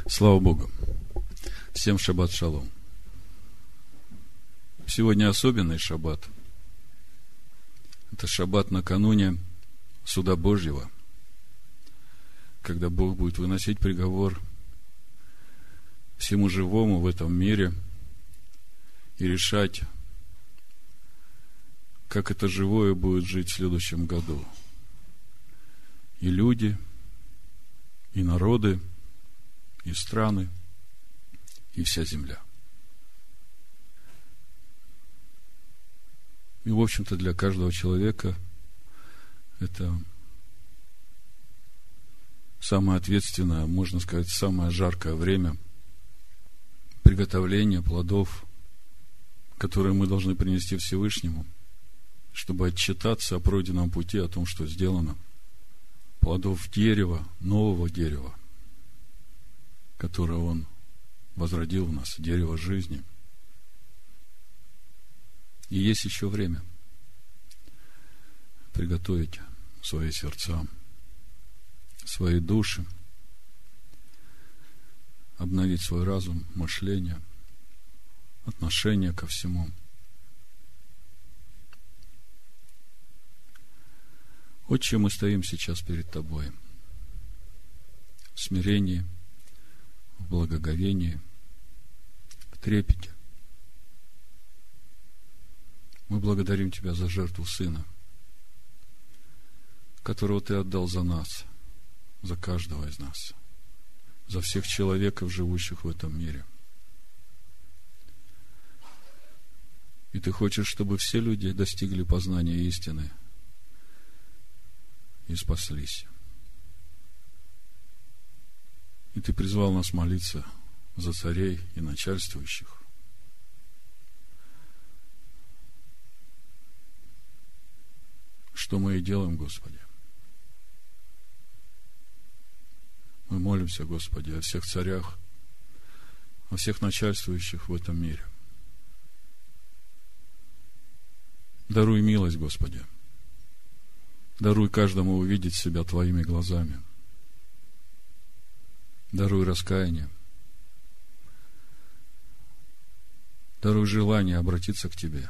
Слава Богу! Всем шаббат шалом! Сегодня особенный шаббат. Это шаббат накануне суда Божьего, когда Бог будет выносить приговор всему живому в этом мире и решать, как это живое будет жить в следующем году. И люди, и народы, и страны, и вся земля. И, в общем-то, для каждого человека это самое ответственное, можно сказать, самое жаркое время приготовления плодов, которые мы должны принести Всевышнему, чтобы отчитаться о пройденном пути, о том, что сделано. Плодов дерева, нового дерева, которое Он возродил в нас, дерево жизни. И есть еще время приготовить свои сердца, свои души, обновить свой разум, мышление, отношение ко всему. Отче, мы стоим сейчас перед Тобой в смирении, в благоговении, в трепете. Мы благодарим Тебя за жертву Сына, которого Ты отдал за нас, за каждого из нас, за всех человеков, живущих в этом мире. И Ты хочешь, чтобы все люди достигли познания истины и спаслись. И Ты призвал нас молиться за царей и начальствующих. Что мы и делаем, Господи. Мы молимся, Господи, о всех царях, о всех начальствующих в этом мире. Даруй милость, Господи. Даруй каждому увидеть себя Твоими глазами. Даруй раскаяние. Даруй желание обратиться к Тебе,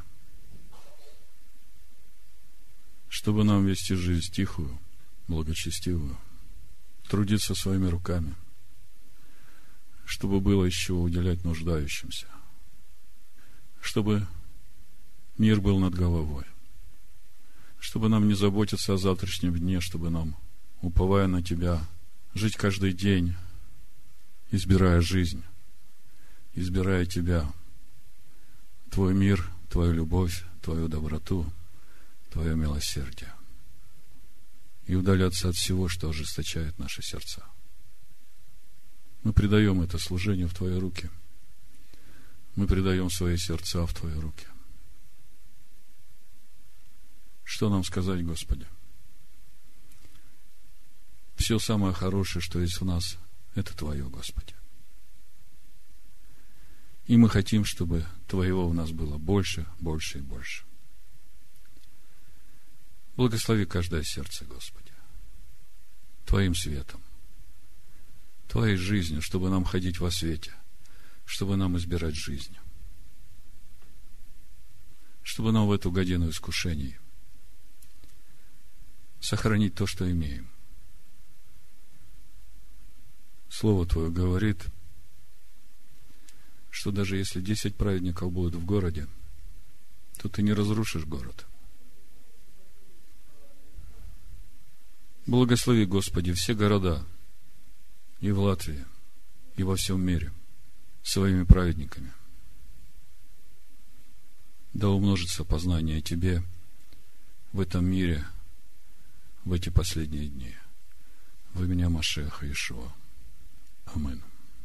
чтобы нам вести жизнь тихую, благочестивую, трудиться своими руками, чтобы было из чего уделять нуждающимся, чтобы мир был над головой, чтобы нам не заботиться о завтрашнем дне, чтобы нам, уповая на Тебя, жить каждый день, избирая жизнь, избирая Тебя, Твой мир, Твою любовь, Твою доброту, Твое милосердие, и удаляться от всего, что ожесточает наши сердца. Мы предаем это служение в Твои руки. Мы предаем свои сердца в Твои руки. Что нам сказать, Господи? Все самое хорошее, что есть в нас, это Твое, Господи. И мы хотим, чтобы Твоего в нас было больше, больше и больше. Благослови каждое сердце, Господи, Твоим светом, Твоей жизнью, чтобы нам ходить во свете, чтобы нам избирать жизнь, чтобы нам в эту годину искушений сохранить то, что имеем. Слово Твое говорит, что даже если 10 праведников будут в городе, то Ты не разрушишь город. Благослови, Господи, все города и в Латвии, и во всем мире своими праведниками. Да умножится познание Тебе в этом мире в эти последние дни. Во имя Машеха Иешуа. Аминь.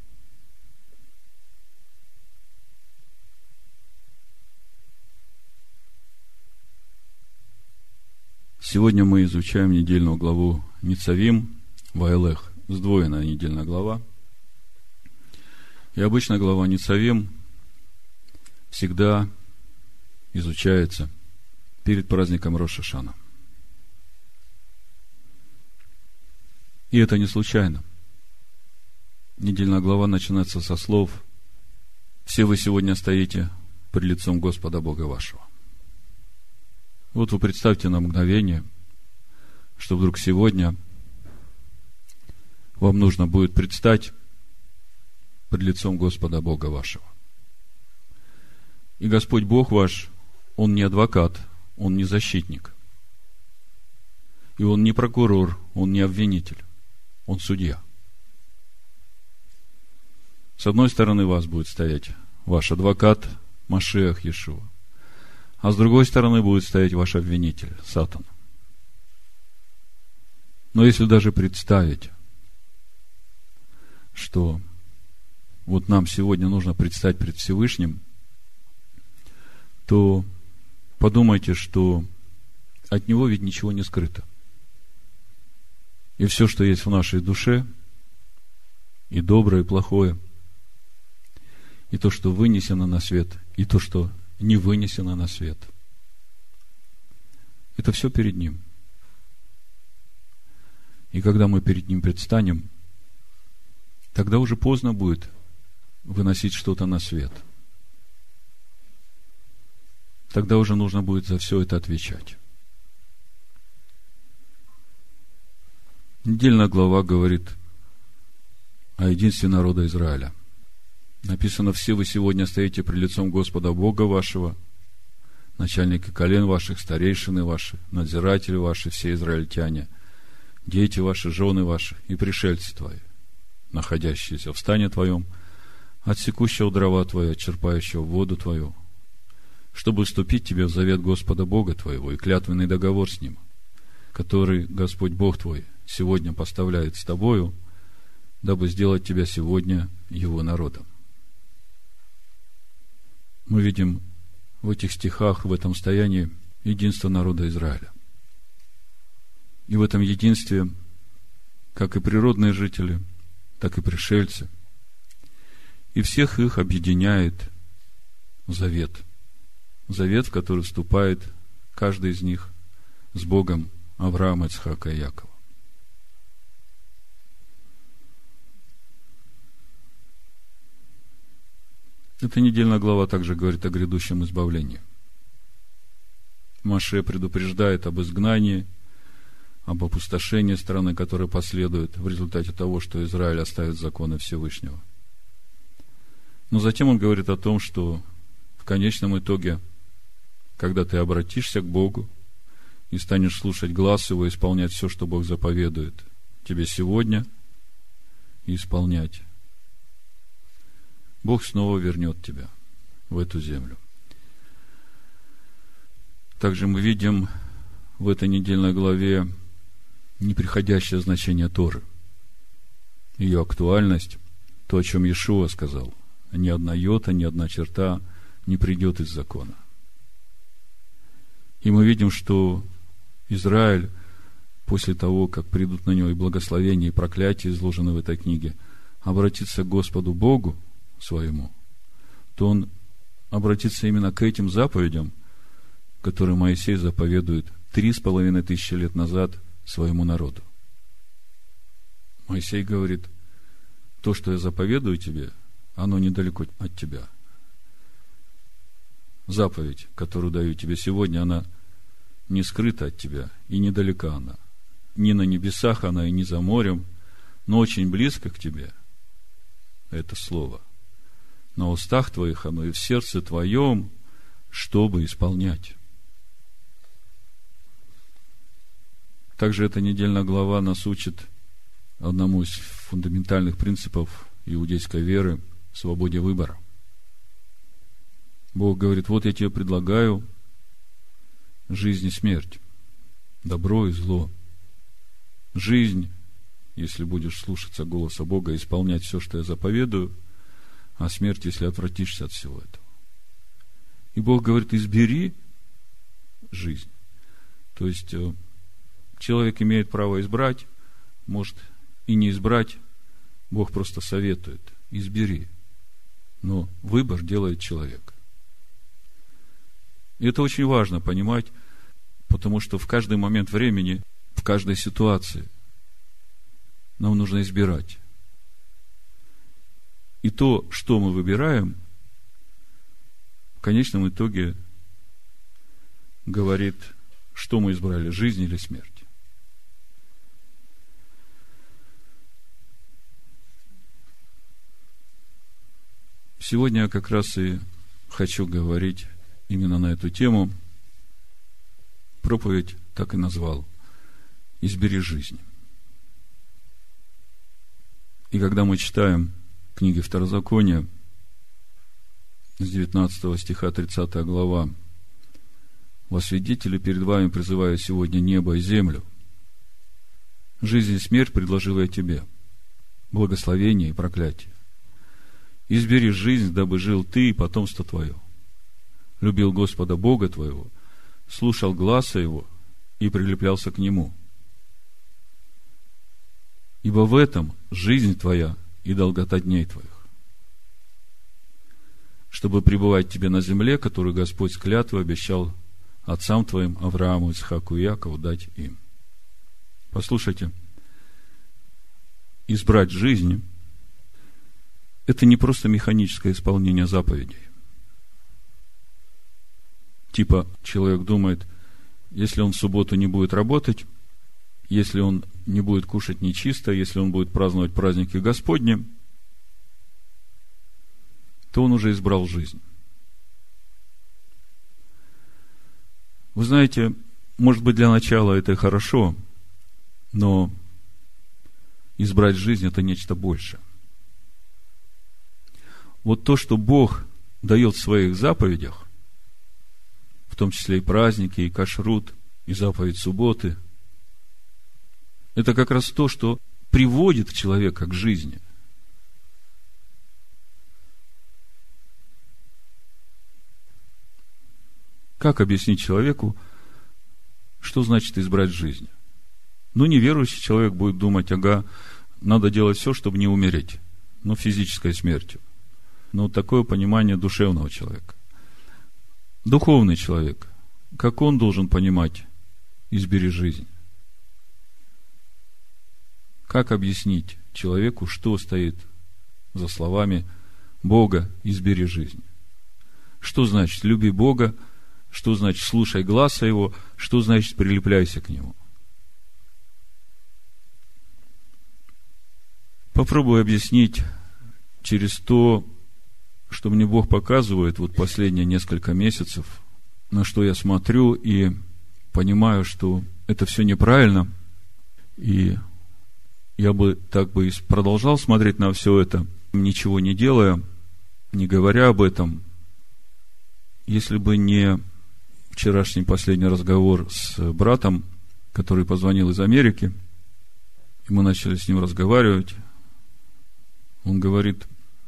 Сегодня мы изучаем недельную главу Ницавим, Ваэлех, сдвоенная недельная глава. И обычно глава Ницавим всегда изучается перед праздником Рош ха-Шана. И это не случайно. Недельная глава начинается со слов: «Все вы сегодня стоите пред лицом Господа Бога вашего». Вот вы представьте на мгновение, что вдруг сегодня вам нужно будет предстать пред лицом Господа Бога вашего. И Господь Бог ваш, Он не адвокат, Он не защитник. И Он не прокурор, Он не обвинитель, Он судья. С одной стороны вас будет стоять ваш адвокат Машиах Иешуа, а с другой стороны будет стоять ваш обвинитель Сатан. Но если даже представить, что вот нам сегодня нужно предстать пред Всевышним, то подумайте, что от Него ведь ничего не скрыто. И все, что есть в нашей душе, и доброе, и плохое, и то, что вынесено на свет, и то, что не вынесено на свет, это все перед Ним. И когда мы перед Ним предстанем, тогда уже поздно будет выносить что-то на свет. Тогда уже нужно будет за все это отвечать. Недельная глава говорит о единстве народа Израиля. Написано: «Все вы сегодня стоите пред лицом Господа Бога вашего, начальники колен ваших, старейшины ваши, надзиратели ваши, все израильтяне, дети ваши, жены ваши и пришельцы твои, находящиеся в стане твоем, отсекущего дрова твои, отчерпающего воду твою, чтобы вступить тебе в завет Господа Бога твоего и клятвенный договор с Ним, который Господь Бог твой сегодня поставляет с тобою, дабы сделать тебя сегодня Его народом». Мы видим в этих стихах, в этом стоянии единство народа Израиля. И в этом единстве, как и природные жители, так и пришельцы, и всех их объединяет завет. Завет, в который вступает каждый из них с Богом Авраама, Ицхака и Якова. Эта недельная глава также говорит о грядущем избавлении. Моше предупреждает об изгнании, об опустошении страны, которое последует в результате того, что Израиль оставит законы Всевышнего. Но затем он говорит о том, что в конечном итоге, когда ты обратишься к Богу и станешь слушать глас Его, исполнять все, что Бог заповедует тебе сегодня, и исполнять, Бог снова вернет тебя в эту землю. Также мы видим в этой недельной главе неприходящее значение Торы, ее актуальность, то, о чем Иешуа сказал: ни одна йота, ни одна черта не придет из закона. И мы видим, что Израиль, после того, как придут на него и благословения, и проклятия, изложены в этой книге, обратится к Господу Богу своему, то он обратится именно к этим заповедям, которые Моисей заповедует 3500 лет назад своему народу. Моисей говорит: то, что я заповедую тебе, оно недалеко от тебя. Заповедь, которую даю тебе сегодня, она не скрыта от тебя и недалека она. Ни на небесах она и ни за морем, но очень близко к тебе. Это слово. На устах твоих оно и в сердце твоем, чтобы исполнять. Также эта недельная глава нас учит одному из фундаментальных принципов иудейской веры – свободе выбора. Бог говорит: вот я тебе предлагаю жизнь и смерть, добро и зло. Жизнь, если будешь слушаться голоса Бога и исполнять все, что я заповедую, а смерть, если отвратишься от всего этого. И Бог говорит: избери жизнь. То есть человек имеет право избрать, может и не избрать. Бог просто советует: избери. Но выбор делает человек. И это очень важно понимать, потому что в каждый момент времени, в каждой ситуации нам нужно избирать. И то, что мы выбираем, в конечном итоге говорит, что мы избрали, жизнь или смерть. Сегодня я как раз и хочу говорить именно на эту тему. Проповедь так и назвал: «Избери жизнь». И когда мы читаем книги Второзакония, с 19 стиха 30 глава: «Во свидетели перед вами призываю сегодня небо и землю. Жизнь и смерть предложил я тебе, благословение и проклятие. Избери жизнь, дабы жил ты и потомство твое. Любил Господа Бога твоего, слушал гласа Его и прилеплялся к Нему. Ибо в этом жизнь твоя и долгота дней твоих, чтобы пребывать тебе на земле, которую Господь с клятвой обещал отцам твоим Аврааму, Исхаку и Якову дать им». Послушайте, избрать жизнь – это не просто механическое исполнение заповедей. Типа человек думает, если он в субботу не будет работать, если он не будет кушать нечисто, если он будет праздновать праздники Господни, то он уже избрал жизнь. Вы знаете, может быть, для начала это и хорошо, но избрать жизнь – это нечто большее. Вот то, что Бог дает в своих заповедях, в том числе и праздники, и кашрут, и заповедь субботы, это как раз то, что приводит человека к жизни. Как объяснить человеку, что значит избрать жизнь? Неверующий человек будет думать, надо делать все, чтобы не умереть, физической смертью. Такое понимание душевного человека. Духовный человек, как он должен понимать «избери жизнь»? Как объяснить человеку, что стоит за словами Бога «избери жизнь»? Что значит «люби Бога», что значит «слушай гласа Его», что значит «прилепляйся к Нему»? Попробую объяснить через то, что мне Бог показывает последние несколько месяцев, на что я смотрю и понимаю, что это все неправильно, и я бы так бы и продолжал смотреть на все это, ничего не делая, не говоря об этом, если бы не вчерашний последний разговор с братом, который позвонил из Америки, и мы начали с ним разговаривать. Он говорит: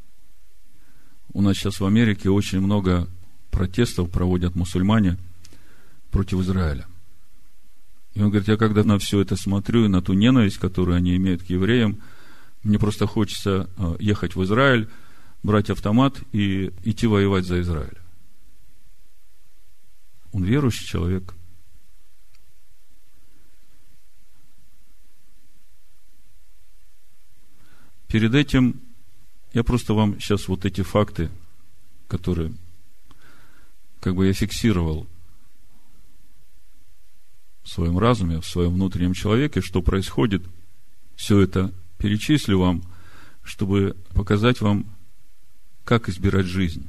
у нас сейчас в Америке очень много протестов проводят мусульмане против Израиля. И он говорит, я когда на все это смотрю, и на ту ненависть, которую они имеют к евреям, мне просто хочется ехать в Израиль, брать автомат и идти воевать за Израиль. Он верующий человек. Перед этим я просто вам сейчас эти факты, которые я фиксировал в своем разуме, в своем внутреннем человеке, что происходит, все это перечислю вам, чтобы показать вам, как избирать жизнь.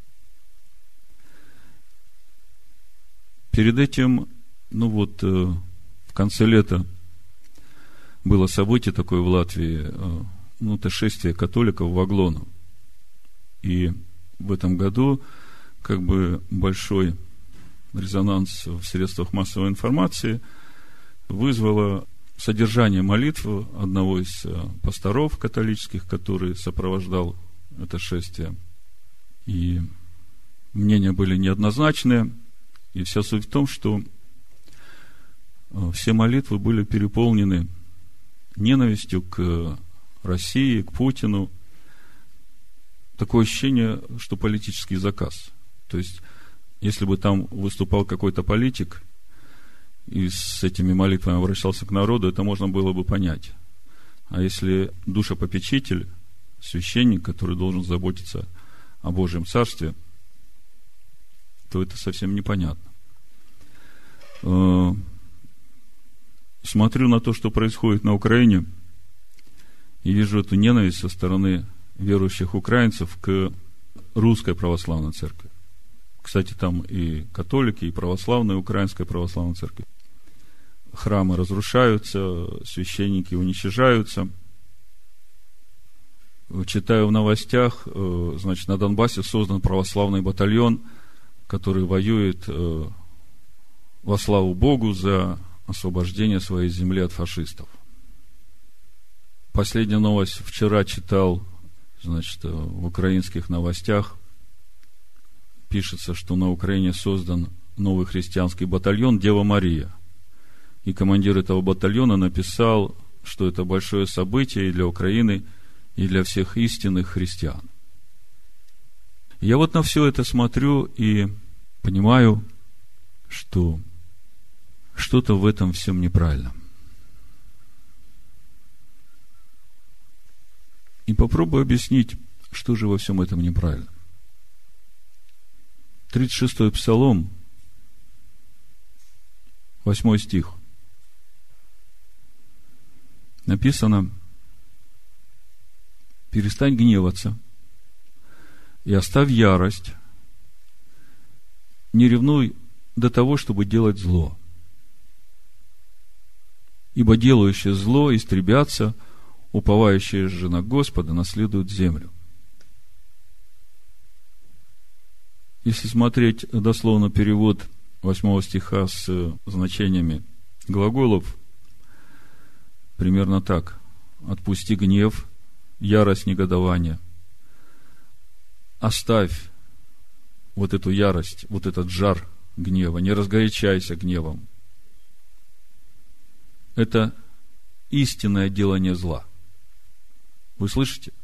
Перед этим, в конце лета было событие такое в Латвии, это шествие католиков в Аглону. И в этом году большой резонанс в средствах массовой информации вызвало содержание молитвы одного из пасторов католических, который сопровождал это шествие. И мнения были неоднозначные. И вся суть в том, что все молитвы были переполнены ненавистью к России, к Путину. Такое ощущение, что политический заказ. То есть, если бы там выступал какой-то политик и с этими молитвами обращался к народу, это можно было бы понять. А если душепопечитель священник, который должен заботиться о Божьем Царстве, то это совсем непонятно. Смотрю на то, что происходит на Украине, и вижу эту ненависть со стороны верующих украинцев к русской православной церкви. Кстати, там и католики, и православная, украинская православная церковь. Храмы разрушаются, священники уничтожаются. Читаю в новостях, значит, на Донбассе создан православный батальон, который воюет во славу Богу за освобождение своей земли от фашистов. Последняя новость вчера читал, значит, в украинских новостях. Пишется, что на Украине создан новый христианский батальон «Дева Мария». И командир этого батальона написал, что это большое событие и для Украины, и для всех истинных христиан. Я вот на все это смотрю и понимаю, что что-то в этом всем неправильно. И попробую объяснить, что же во всем этом неправильно. 36-й Псалом, 8 стих. Написано: «Перестань гневаться и оставь ярость, не ревнуй до того, чтобы делать зло. Ибо делающие зло истребятся, уповающие же на Господа наследуют землю». Если смотреть дословно перевод 8 стиха с значениями глаголов, примерно так: отпусти гнев, ярость, негодование. Оставь вот эту ярость, вот этот жар гнева, не разгорячайся гневом. Это истинное делание зла. Вы слышите?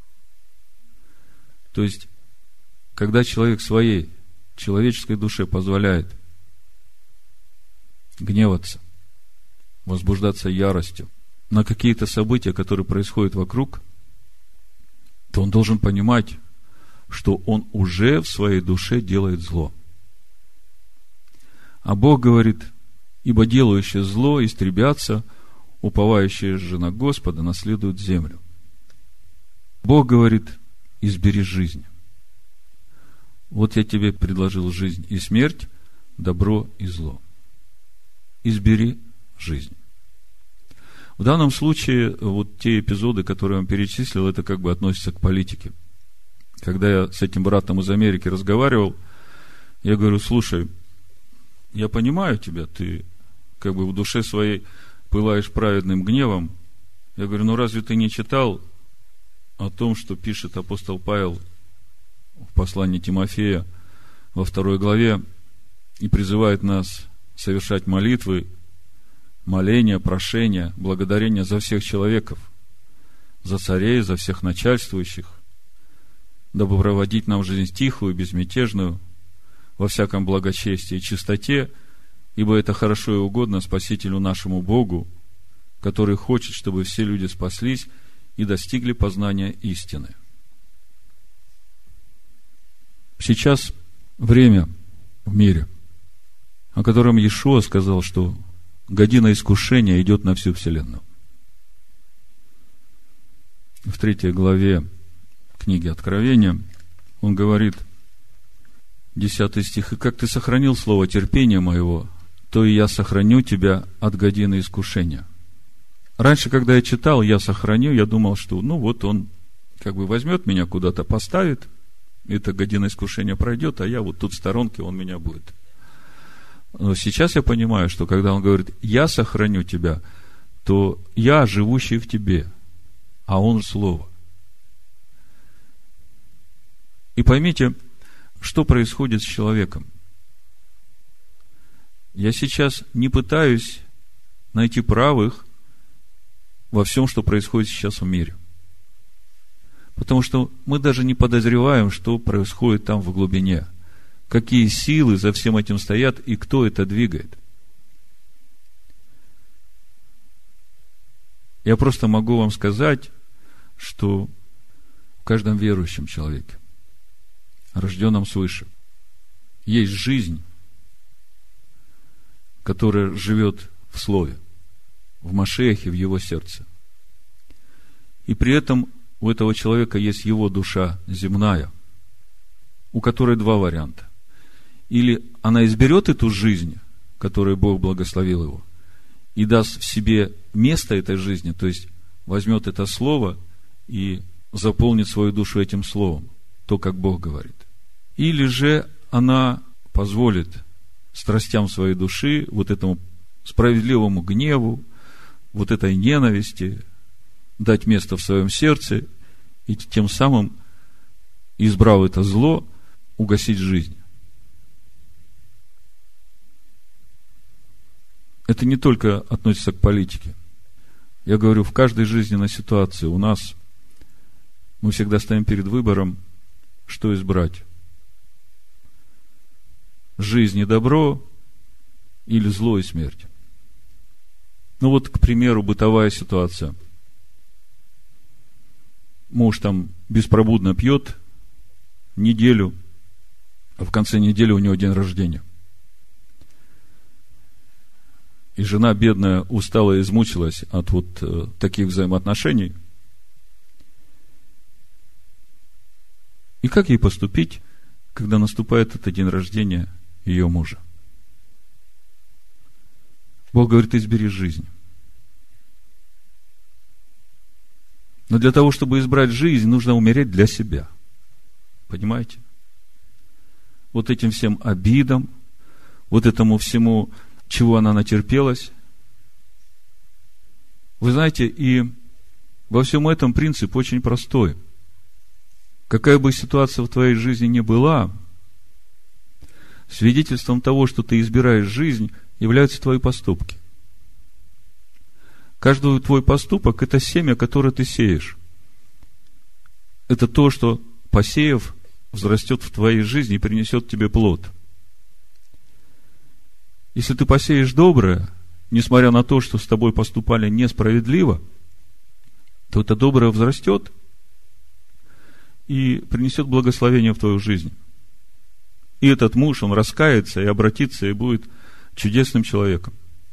То есть, когда человек своей человеческой душе позволяет гневаться, возбуждаться яростью на какие-то события, которые происходят вокруг, то он должен понимать, что он уже в своей душе делает зло. А Бог говорит: ибо делающие зло истребятся, уповающие же на Господа наследуют землю. Бог говорит: избери жизнь. Вот я тебе предложил жизнь и смерть, добро и зло. Избери жизнь. В данном случае, вот те эпизоды, которые я вам перечислил, это как бы относится к политике. Когда я с этим братом из Америки разговаривал, я говорю: слушай, я понимаю тебя, ты как бы в душе своей пылаешь праведным гневом. Я говорю: ну разве ты не читал о том, что пишет апостол Павел в послании Тимофея во 2 главе и призывает нас совершать молитвы, моления, прошения, благодарения за всех человеков, за царей, за всех начальствующих, дабы проводить нам жизнь тихую, безмятежную, во всяком благочестии и чистоте, ибо это хорошо и угодно Спасителю нашему Богу, который хочет, чтобы все люди спаслись и достигли познания истины. Сейчас время в мире, о котором Иешуа сказал, что година искушения идет на всю вселенную. В 3 главе книги Откровения он говорит, 10 стих: «И как ты сохранил слово терпения моего, то и я сохраню тебя от годины искушения». Раньше, когда я читал «я сохраню», я думал, что ну вот он как бы возьмет меня куда-то, поставит, эта година искушения пройдет, а я вот тут в сторонке, он меня будет. Но сейчас я понимаю, что когда он говорит «я сохраню тебя», то я, живущий в тебе, а он Слово. И поймите, что происходит с человеком. Я сейчас не пытаюсь найти правых во всем, что происходит сейчас в мире. Потому что мы даже не подозреваем, что происходит там в глубине. Какие силы за всем этим стоят и кто это двигает. Я просто могу вам сказать, что каждом верующем человеке, рожденном свыше, есть жизнь, которая живет в Слове, в Машиахе, в его сердце. И при этом у этого человека есть его душа земная, у которой два варианта. Или она изберет эту жизнь, которой Бог благословил его, и даст в себе место этой жизни, то есть возьмет это слово и заполнит свою душу этим словом, то, как Бог говорит. Или же она позволит страстям своей души, вот этому справедливому гневу, вот этой ненависти дать место в своем сердце и тем самым, избрав это зло, угасить жизнь. Это не только относится к политике. Я говорю, в каждой жизненной ситуации у нас мы всегда стоим перед выбором, что избрать. Жизнь и добро или зло и смерть. Ну вот, к примеру, бытовая ситуация. Муж там беспробудно пьет неделю, а в конце недели у него день рождения. И жена бедная устала и измучилась от вот таких взаимоотношений. И как ей поступить, когда наступает этот день рождения ее мужа? Бог говорит, избери жизнь. Но для того, чтобы избрать жизнь, нужно умереть для себя. Понимаете? Вот этим всем обидам, вот этому всему, чего она натерпелась. Вы знаете, и во всем этом принцип очень простой. Какая бы ситуация в твоей жизни ни была, свидетельством того, что ты избираешь жизнь, являются твои поступки. Каждый твой поступок – это семя, которое ты сеешь. Это то, что, посеяв, взрастет в твоей жизни и принесет тебе плод. Если ты посеешь доброе, несмотря на то, что с тобой поступали несправедливо, то это доброе взрастет и принесет благословение в твою жизнь. И этот муж, он раскается и обратится, и будет чудесным человеком.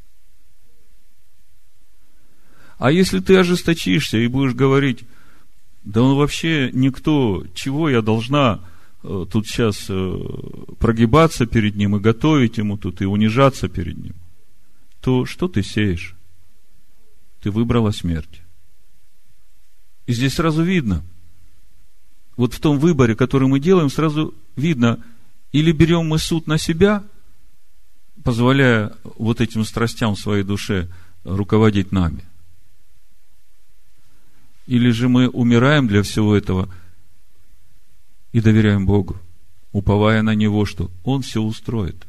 А если ты ожесточишься и будешь говорить, да он вообще никто, чего я должна тут сейчас прогибаться перед ним и готовить ему тут, и унижаться перед ним, то что ты сеешь? Ты выбрала смерть. И здесь сразу видно, вот в том выборе, который мы делаем, сразу видно, или берем мы суд на себя, позволяя вот этим страстям в своей душе руководить нами, или же мы умираем для всего этого и доверяем Богу, уповая на Него, что Он все устроит.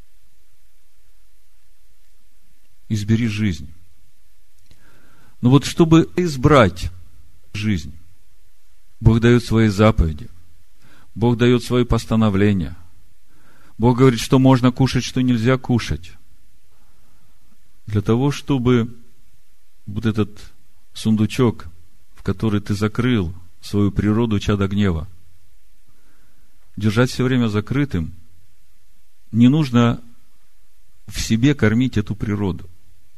Избери жизнь. Но вот чтобы избрать жизнь, Бог дает свои заповеди, Бог дает свои постановления, Бог говорит, что можно кушать, что нельзя кушать. Для того, чтобы вот этот сундучок, в который ты закрыл свою природу чада гнева, держать все время закрытым, не нужно в себе кормить эту природу.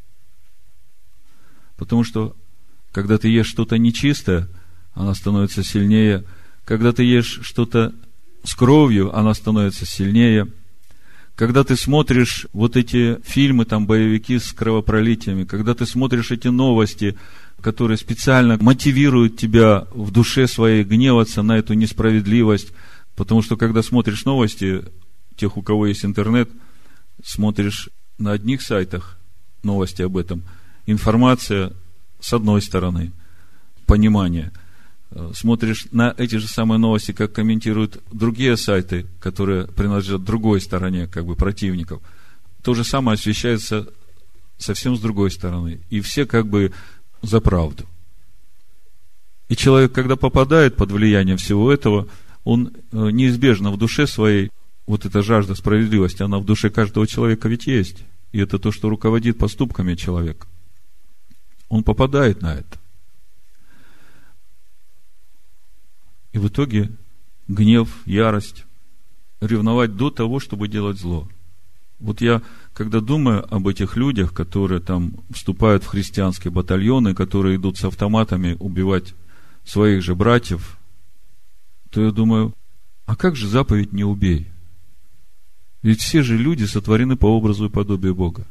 Потому что, когда ты ешь что-то нечистое, она становится сильнее. Когда ты ешь что-то с кровью, она становится сильнее. Когда ты смотришь вот эти фильмы, там, боевики с кровопролитиями, когда ты смотришь эти новости, которые специально мотивируют тебя в душе своей гневаться на эту несправедливость, потому что, когда смотришь новости, тех, у кого есть интернет, смотришь на одних сайтах новости об этом, информация с одной стороны, понимание. Смотришь на эти же самые новости, как комментируют другие сайты, которые принадлежат другой стороне, как бы противников. То же самое освещается совсем с другой стороны. И все как бы за правду. И человек, когда попадает под влияние всего этого, он неизбежно в душе своей, вот эта жажда справедливости, она в душе каждого человека ведь есть. И это то, что руководит поступками человека. Он попадает на это. И в итоге гнев, ярость, ревновать до того, чтобы делать зло. Вот я, когда думаю об этих людях, которые там вступают в христианские батальоны, которые идут с автоматами убивать своих же братьев, то я думаю, а как же заповедь «не убей»? Ведь все же люди сотворены по образу и подобию Бога.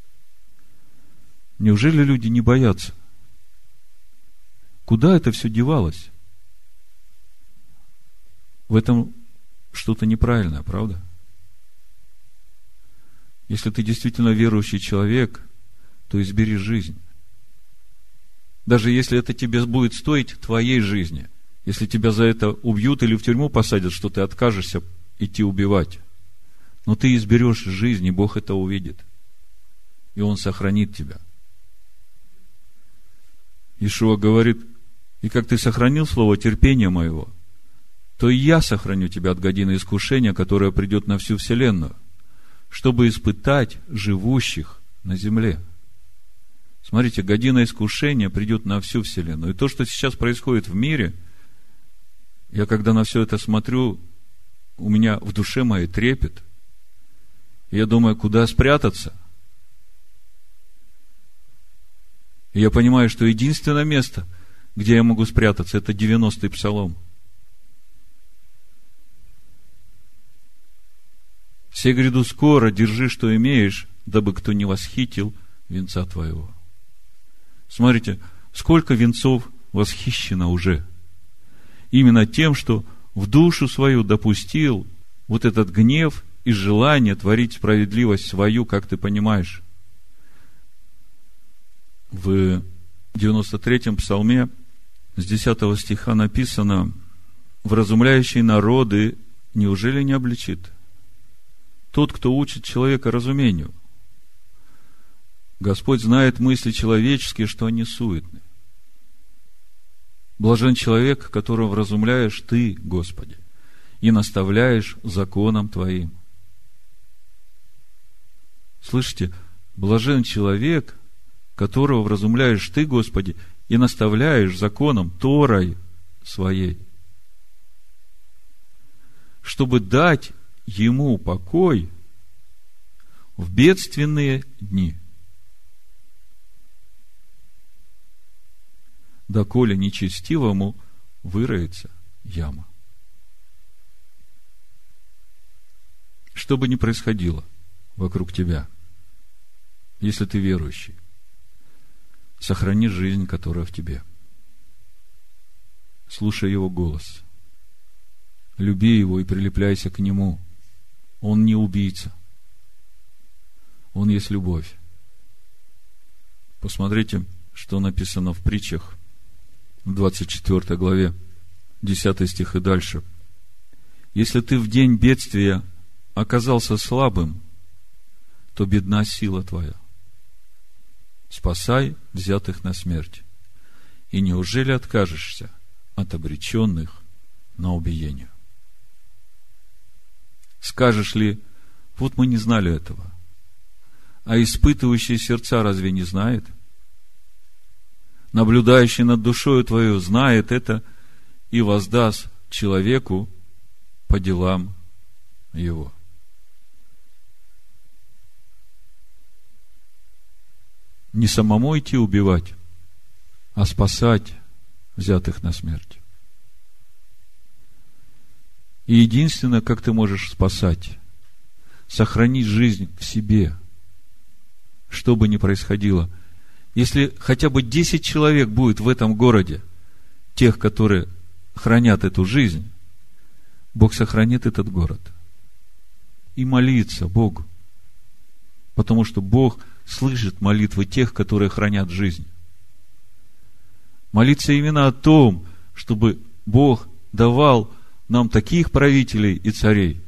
Неужели люди не боятся? Куда это все девалось? В этом что-то неправильное, правда? Если ты действительно верующий человек, то избери жизнь. Даже если это тебе будет стоить твоей жизни. Если тебя за это убьют или в тюрьму посадят, что ты откажешься идти убивать. Но ты изберешь жизнь, и Бог это увидит. И Он сохранит тебя. Иешуа говорит: и как ты сохранил слово терпения моего, то и я сохраню тебя от годины искушения, которое придет на всю вселенную, чтобы испытать живущих на земле. Смотрите, година искушения придет на всю вселенную. И то, что сейчас происходит в мире, я когда на все это смотрю, у меня в душе моей трепет. И я думаю, куда спрятаться? И я понимаю, что единственное место, где я могу спрятаться, это 90-й псалом. «Се гряду скоро, держи, что имеешь, дабы кто не восхитил венца твоего». Смотрите, сколько венцов восхищено уже. Именно тем, что в душу свою допустил вот этот гнев и желание творить справедливость свою, как ты понимаешь. В 93-м псалме с 10 стиха написано: «Вразумляющий народы неужели не обличит? Тот, кто учит человека разумению. Господь знает мысли человеческие, что они суетны. Блажен человек, которого вразумляешь Ты, Господи, и наставляешь законом Твоим». Слышите? Блажен человек, которого вразумляешь Ты, Господи, и наставляешь законом Торой Своей, чтобы дать ему покой в бедственные дни, доколе нечестивому выроется яма. Что бы ни происходило вокруг тебя, если ты верующий, сохрани жизнь, которая в тебе. Слушай Его голос. Люби Его и прилепляйся к Нему. Он не убийца. Он есть любовь. Посмотрите, что написано в притчах, в 24 главе, 10 стих и дальше. «Если ты в день бедствия оказался слабым, то бедна сила твоя. Спасай взятых на смерть. И неужели откажешься от обреченных на убиение?» Скажешь ли: вот мы не знали этого, а испытывающий сердца разве не знает? Наблюдающий над душою твою знает это и воздаст человеку по делам его. Не самому идти убивать, а спасать взятых на смерть. И единственное, как ты можешь спасать, сохранить жизнь в себе, что бы ни происходило. Если хотя бы 10 человек будет в этом городе, тех, которые хранят эту жизнь, Бог сохранит этот город. И молиться Богу, потому что Бог слышит молитвы тех, которые хранят жизнь. Молиться именно о том, чтобы Бог давал нам таких правителей и царей,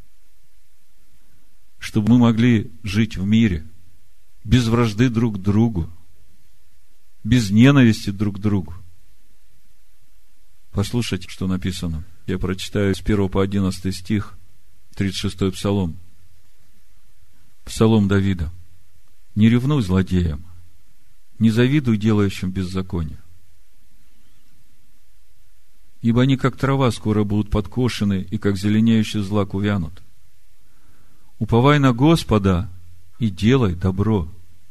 чтобы мы могли жить в мире, без вражды друг к другу, без ненависти друг к другу. Послушайте, что написано. Я прочитаю с 1 по 11 стих, 36-й псалом. Псалом Давида. «Не ревнуй злодеям, не завидуй делающим беззаконие. Ибо они, как трава, скоро будут подкошены, и как зеленеющий злак увянут. Уповай на Господа и делай добро.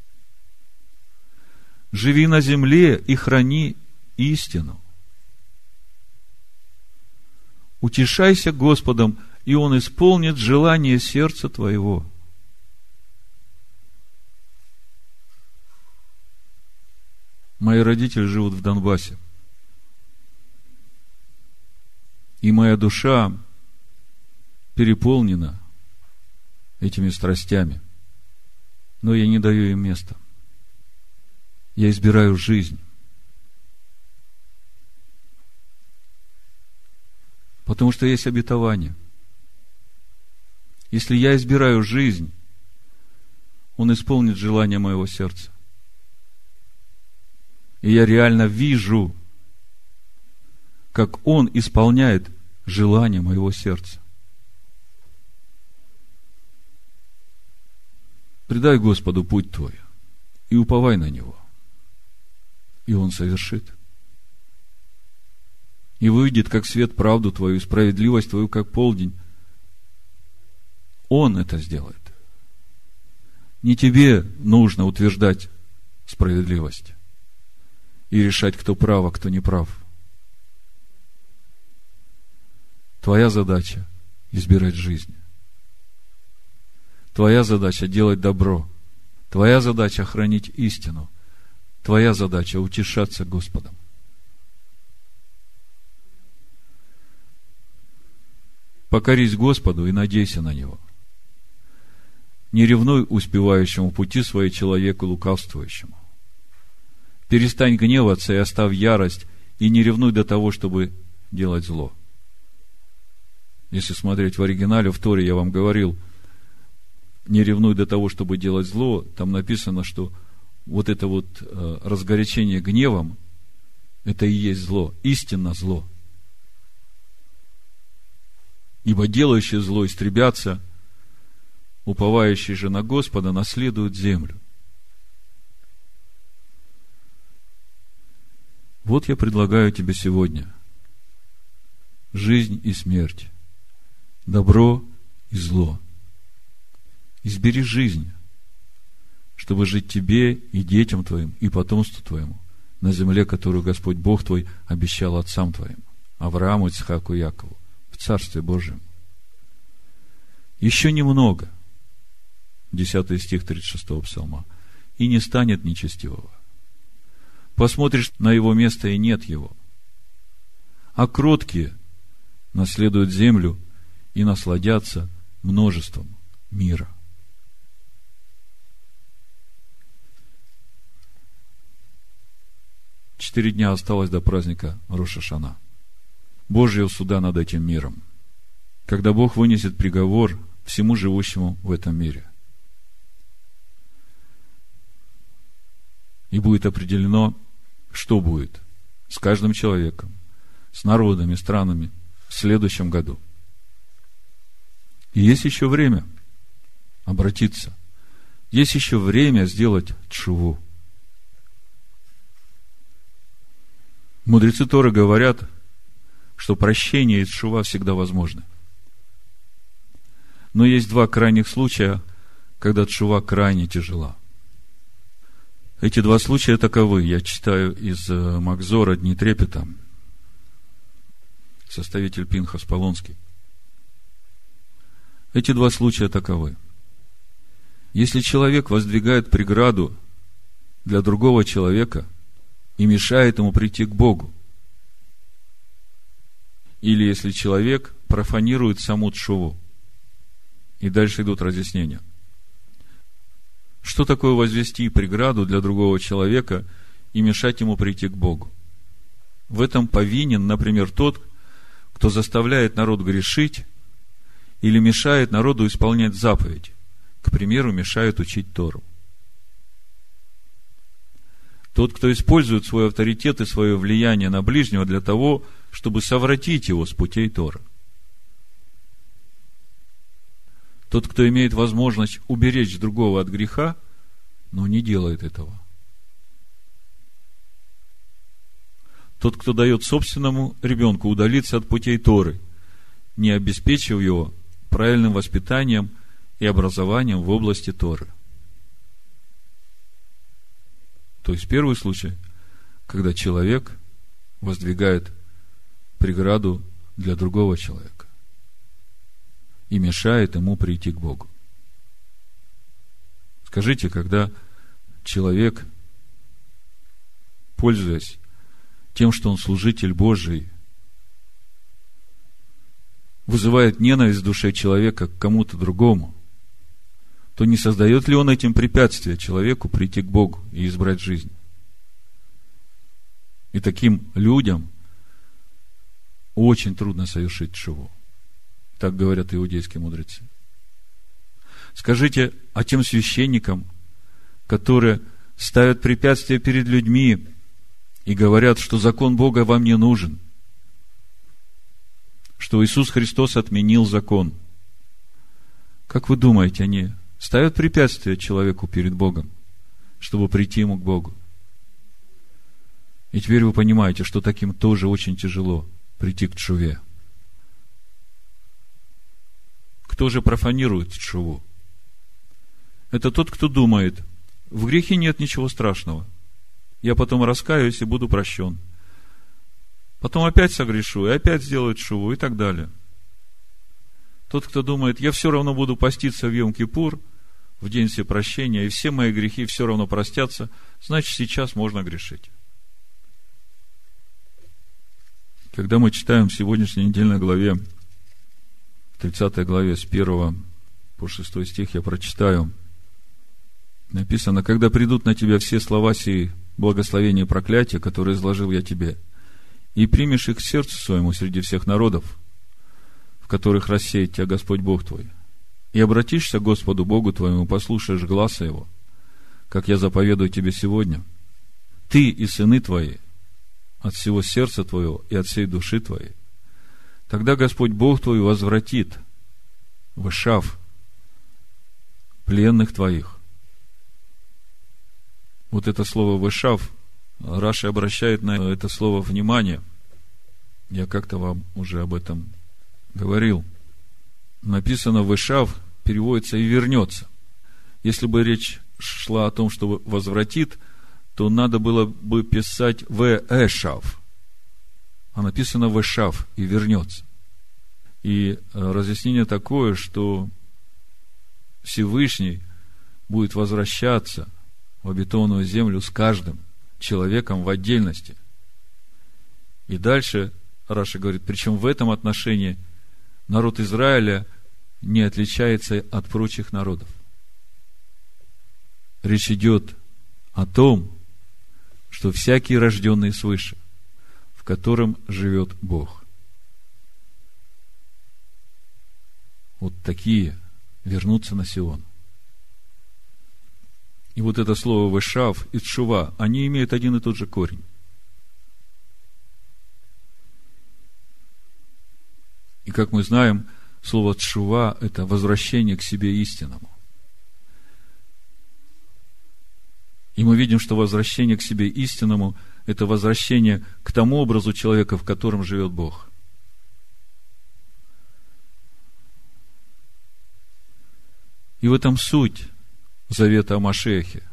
Живи на земле и храни истину. Утешайся Господом, и Он исполнит желание сердца твоего. Мои родители живут в Донбассе. И моя душа переполнена этими страстями. Но я не даю им места. Я избираю жизнь. Потому что есть обетование. Если я избираю жизнь, Он исполнит желание моего сердца. И я реально вижу, как Он исполняет желание моего сердца. Предай Господу путь твой и уповай на Него. И Он совершит. И выйдет, как свет, правду твою, справедливость твою, как полдень. Он это сделает. Не тебе нужно утверждать справедливость и решать, кто прав, а кто не прав. Твоя задача – избирать жизнь. Твоя задача – делать добро. Твоя задача – хранить истину. Твоя задача – утешаться Господом. Покорись Господу и надейся на Него. Не ревнуй успевающему пути своей человеку лукавствующему. Перестань гневаться и оставь ярость, и не ревнуй до того, чтобы делать зло. Если смотреть в оригинале, в Торе я вам говорил, не ревнуй до того, чтобы делать зло, там написано, что вот это вот разгорячение гневом, это и есть зло, истинно зло. Ибо делающие зло истребятся, уповающие же на Господа наследуют землю. Вот я предлагаю тебе сегодня жизнь и смерть, добро и зло. Избери жизнь, чтобы жить тебе и детям твоим, и потомству твоему на земле, которую Господь Бог твой обещал отцам твоим, Аврааму, Ицхаку и Якову, в Царстве Божьем. Еще немного, 10 стих 36 псалма, и не станет нечестивого. Посмотришь на его место, и нет его. А кроткие наследуют землю и насладятся множеством мира. Четыре дня осталось до праздника Рош ха-Шана, Божьего суда над этим миром, когда Бог вынесет приговор всему живущему в этом мире. И будет определено, что будет с каждым человеком, с народами, странами в следующем году. И есть еще время обратиться. Есть еще время сделать тшуву. Мудрецы Торы говорят, что прощение и тшува всегда возможны. Но есть два крайних случая, когда тшува крайне тяжела. Эти два случая таковы. Я читаю из Махзора «Дни трепета», составитель Пинхас Полонский. Эти два случая таковы. Если человек воздвигает преграду для другого человека и мешает ему прийти к Богу, или если человек профанирует саму тшуву, и дальше идут разъяснения. Что такое возвести преграду для другого человека и мешать ему прийти к Богу? В этом повинен, например, тот, кто заставляет народ грешить или мешает народу исполнять заповедь. К примеру, мешает учить Тору. Тот, кто использует свой авторитет и свое влияние на ближнего для того, чтобы совратить его с путей Торы. Тот, кто имеет возможность уберечь другого от греха, но не делает этого. Тот, кто дает собственному ребенку удалиться от путей Торы, не обеспечив его правильным воспитанием и образованием в области Торы. То есть первый случай, когда человек воздвигает преграду для другого человека и мешает ему прийти к Богу. Скажите, когда человек, пользуясь тем, что он служитель Божий, вызывает ненависть в душе человека к кому-то другому, то не создает ли он этим препятствие человеку прийти к Богу и избрать жизнь? И таким людям очень трудно совершить тшуву. Так говорят иудейские мудрецы. Скажите, а тем священникам, которые ставят препятствия перед людьми и говорят, что закон Бога вам не нужен, что Иисус Христос отменил закон. Как вы думаете, они ставят препятствия человеку перед Богом, чтобы прийти ему к Богу? И теперь вы понимаете, что таким тоже очень тяжело прийти к тшуве. Кто же профанирует тшуву? Это тот, кто думает, в грехе нет ничего страшного. Я потом раскаюсь и буду прощен. Потом опять согрешу, и опять сделаю тшуву, и так далее. Тот, кто думает, я все равно буду поститься в Йом-Кипур, в день всепрощения, и все мои грехи все равно простятся, значит, сейчас можно грешить. Когда мы читаем в сегодняшней недельной главе, 30 главе, с 1 по 6 стих, я прочитаю. Написано: «Когда придут на тебя все слова сии, благословения и проклятия, которые изложил я тебе, и примешь их к сердцу своему среди всех народов, в которых рассеет тебя Господь Бог твой, и обратишься к Господу Богу твоему, послушаешь гласа Его, как я заповедую тебе сегодня, ты и сыны твои, от всего сердца твоего и от всей души твоей, тогда Господь Бог твой возвратит вышав пленных твоих». Вот это слово «вышав», Раши обращает на это слово внимание. Я как-то вам уже об этом говорил. Написано «вышав», переводится «и вернется». Если бы речь шла о том, что возвратит, то надо было бы писать «вэшав». А написано «вышав» и вернется. И разъяснение такое, что Всевышний будет возвращаться в обетованную землю с каждым человеком в отдельности. И дальше Раши говорит, причем в этом отношении народ Израиля не отличается от прочих народов. Речь идет о том, что всякий рожденный свыше, в котором живет Бог, вот такие вернутся на Сион. И вот это слово «вышав» и «тшува», они имеют один и тот же корень. И как мы знаем, слово «тшува» – это возвращение к себе истинному. И мы видим, что возвращение к себе истинному – это возвращение к тому образу человека, в котором живет Бог. И в этом суть завета о Машиахе.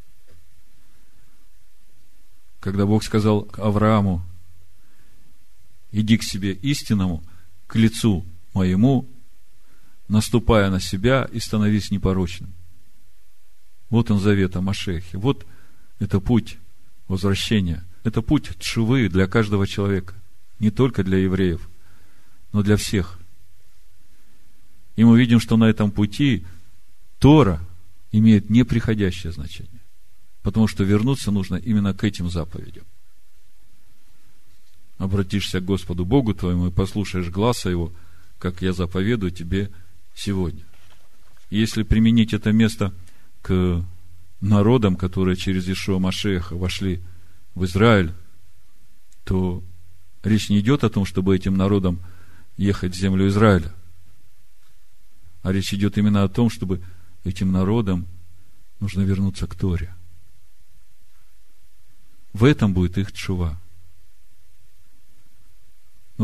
Когда Бог сказал Аврааму: иди к себе истинному, к лицу моему, наступая на себя и становись непорочным. Вот он завет о Машиахе. Вот это путь возвращения. Это путь тшувы для каждого человека. Не только для евреев, но для всех. И мы видим, что на этом пути Тора имеет неприходящее значение. Потому что вернуться нужно именно к этим заповедям. Обратишься к Господу Богу твоему и послушаешь гласа Его, как я заповедую тебе сегодня. И если применить это место к народам, которые через Иешуа Машиаха вошли в Израиль, то речь не идет о том, чтобы этим народам ехать в землю Израиля, а речь идет именно о том, чтобы этим народам нужно вернуться к Торе. В этом будет их тшува.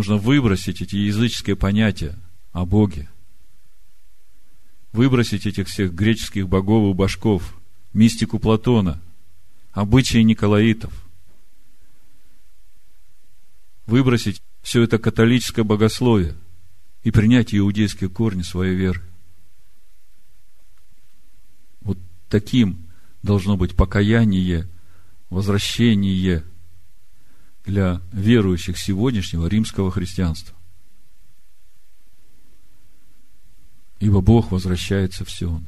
Нужно выбросить эти языческие понятия о Боге. Выбросить этих всех греческих богов и божков, мистику Платона, обычаи николаитов. Выбросить все это католическое богословие и принять иудейские корни своей веры. Вот таким должно быть покаяние, возвращение для верующих сегодняшнего римского христианства. Ибо Бог возвращается в Сион.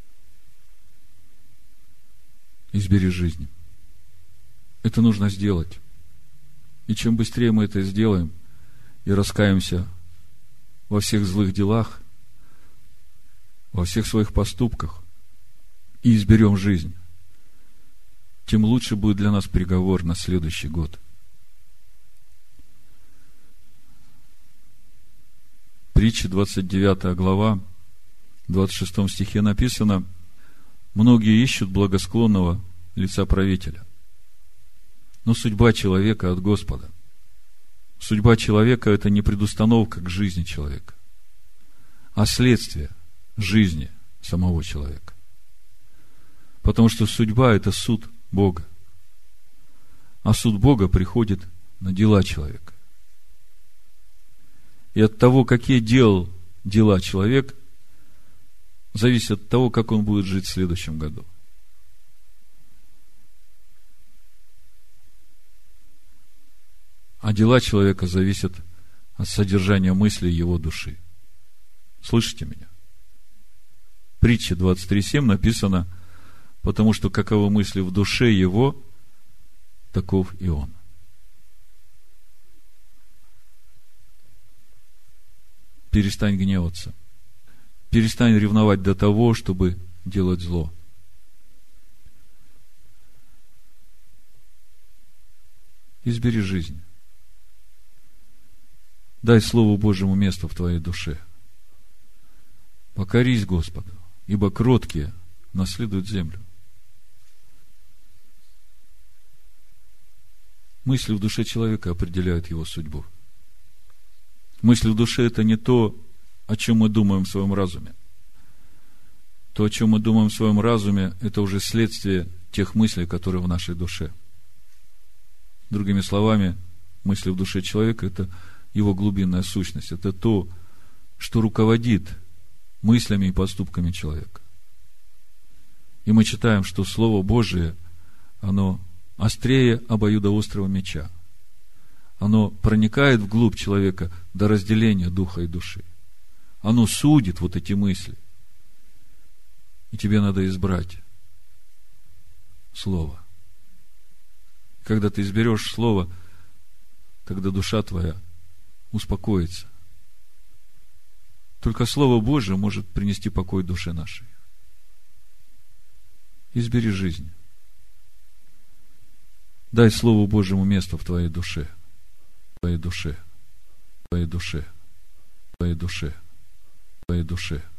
Избери жизни. Это нужно сделать. И чем быстрее мы это сделаем и раскаемся во всех злых делах, во всех своих поступках и изберем жизнь, тем лучше будет для нас приговор на следующий год. Притча 29 глава, в 26 стихе написано: многие ищут благосклонного лица правителя, но судьба человека от Господа. Судьба человека – это не предустановка к жизни человека, а следствие жизни самого человека. Потому что судьба – это суд Бога. А суд Бога приходит на дела человека. И от того, какие делал дела человек, зависит от того, как он будет жить в следующем году. А дела человека зависят от содержания мыслей его души. Слышите меня? В притче 23:7 написано: потому что каковы мысли в душе его, таков и он. Перестань гневаться. Перестань ревновать до того, чтобы делать зло. Избери жизнь. Дай Слову Божьему место в твоей душе. Покорись Господу, ибо кроткие наследуют землю. Мысли в душе человека определяют его судьбу. Мысли в душе – это не то, о чем мы думаем в своем разуме. То, о чем мы думаем в своем разуме, это уже следствие тех мыслей, которые в нашей душе. Другими словами, мысли в душе человека – это его глубинная сущность. Это то, что руководит мыслями и поступками человека. И мы читаем, что Слово Божие, оно острее обоюдоострого меча. Оно проникает вглубь человека до разделения духа и души. Оно судит вот эти мысли. И тебе надо избрать Слово. Когда ты изберешь Слово, тогда душа твоя успокоится. Только Слово Божие может принести покой душе нашей. Избери жизнь. Дай Слову Божьему место в твоей душе. В твоей душе. В твоей душе. В твоей душе. В твоей душе.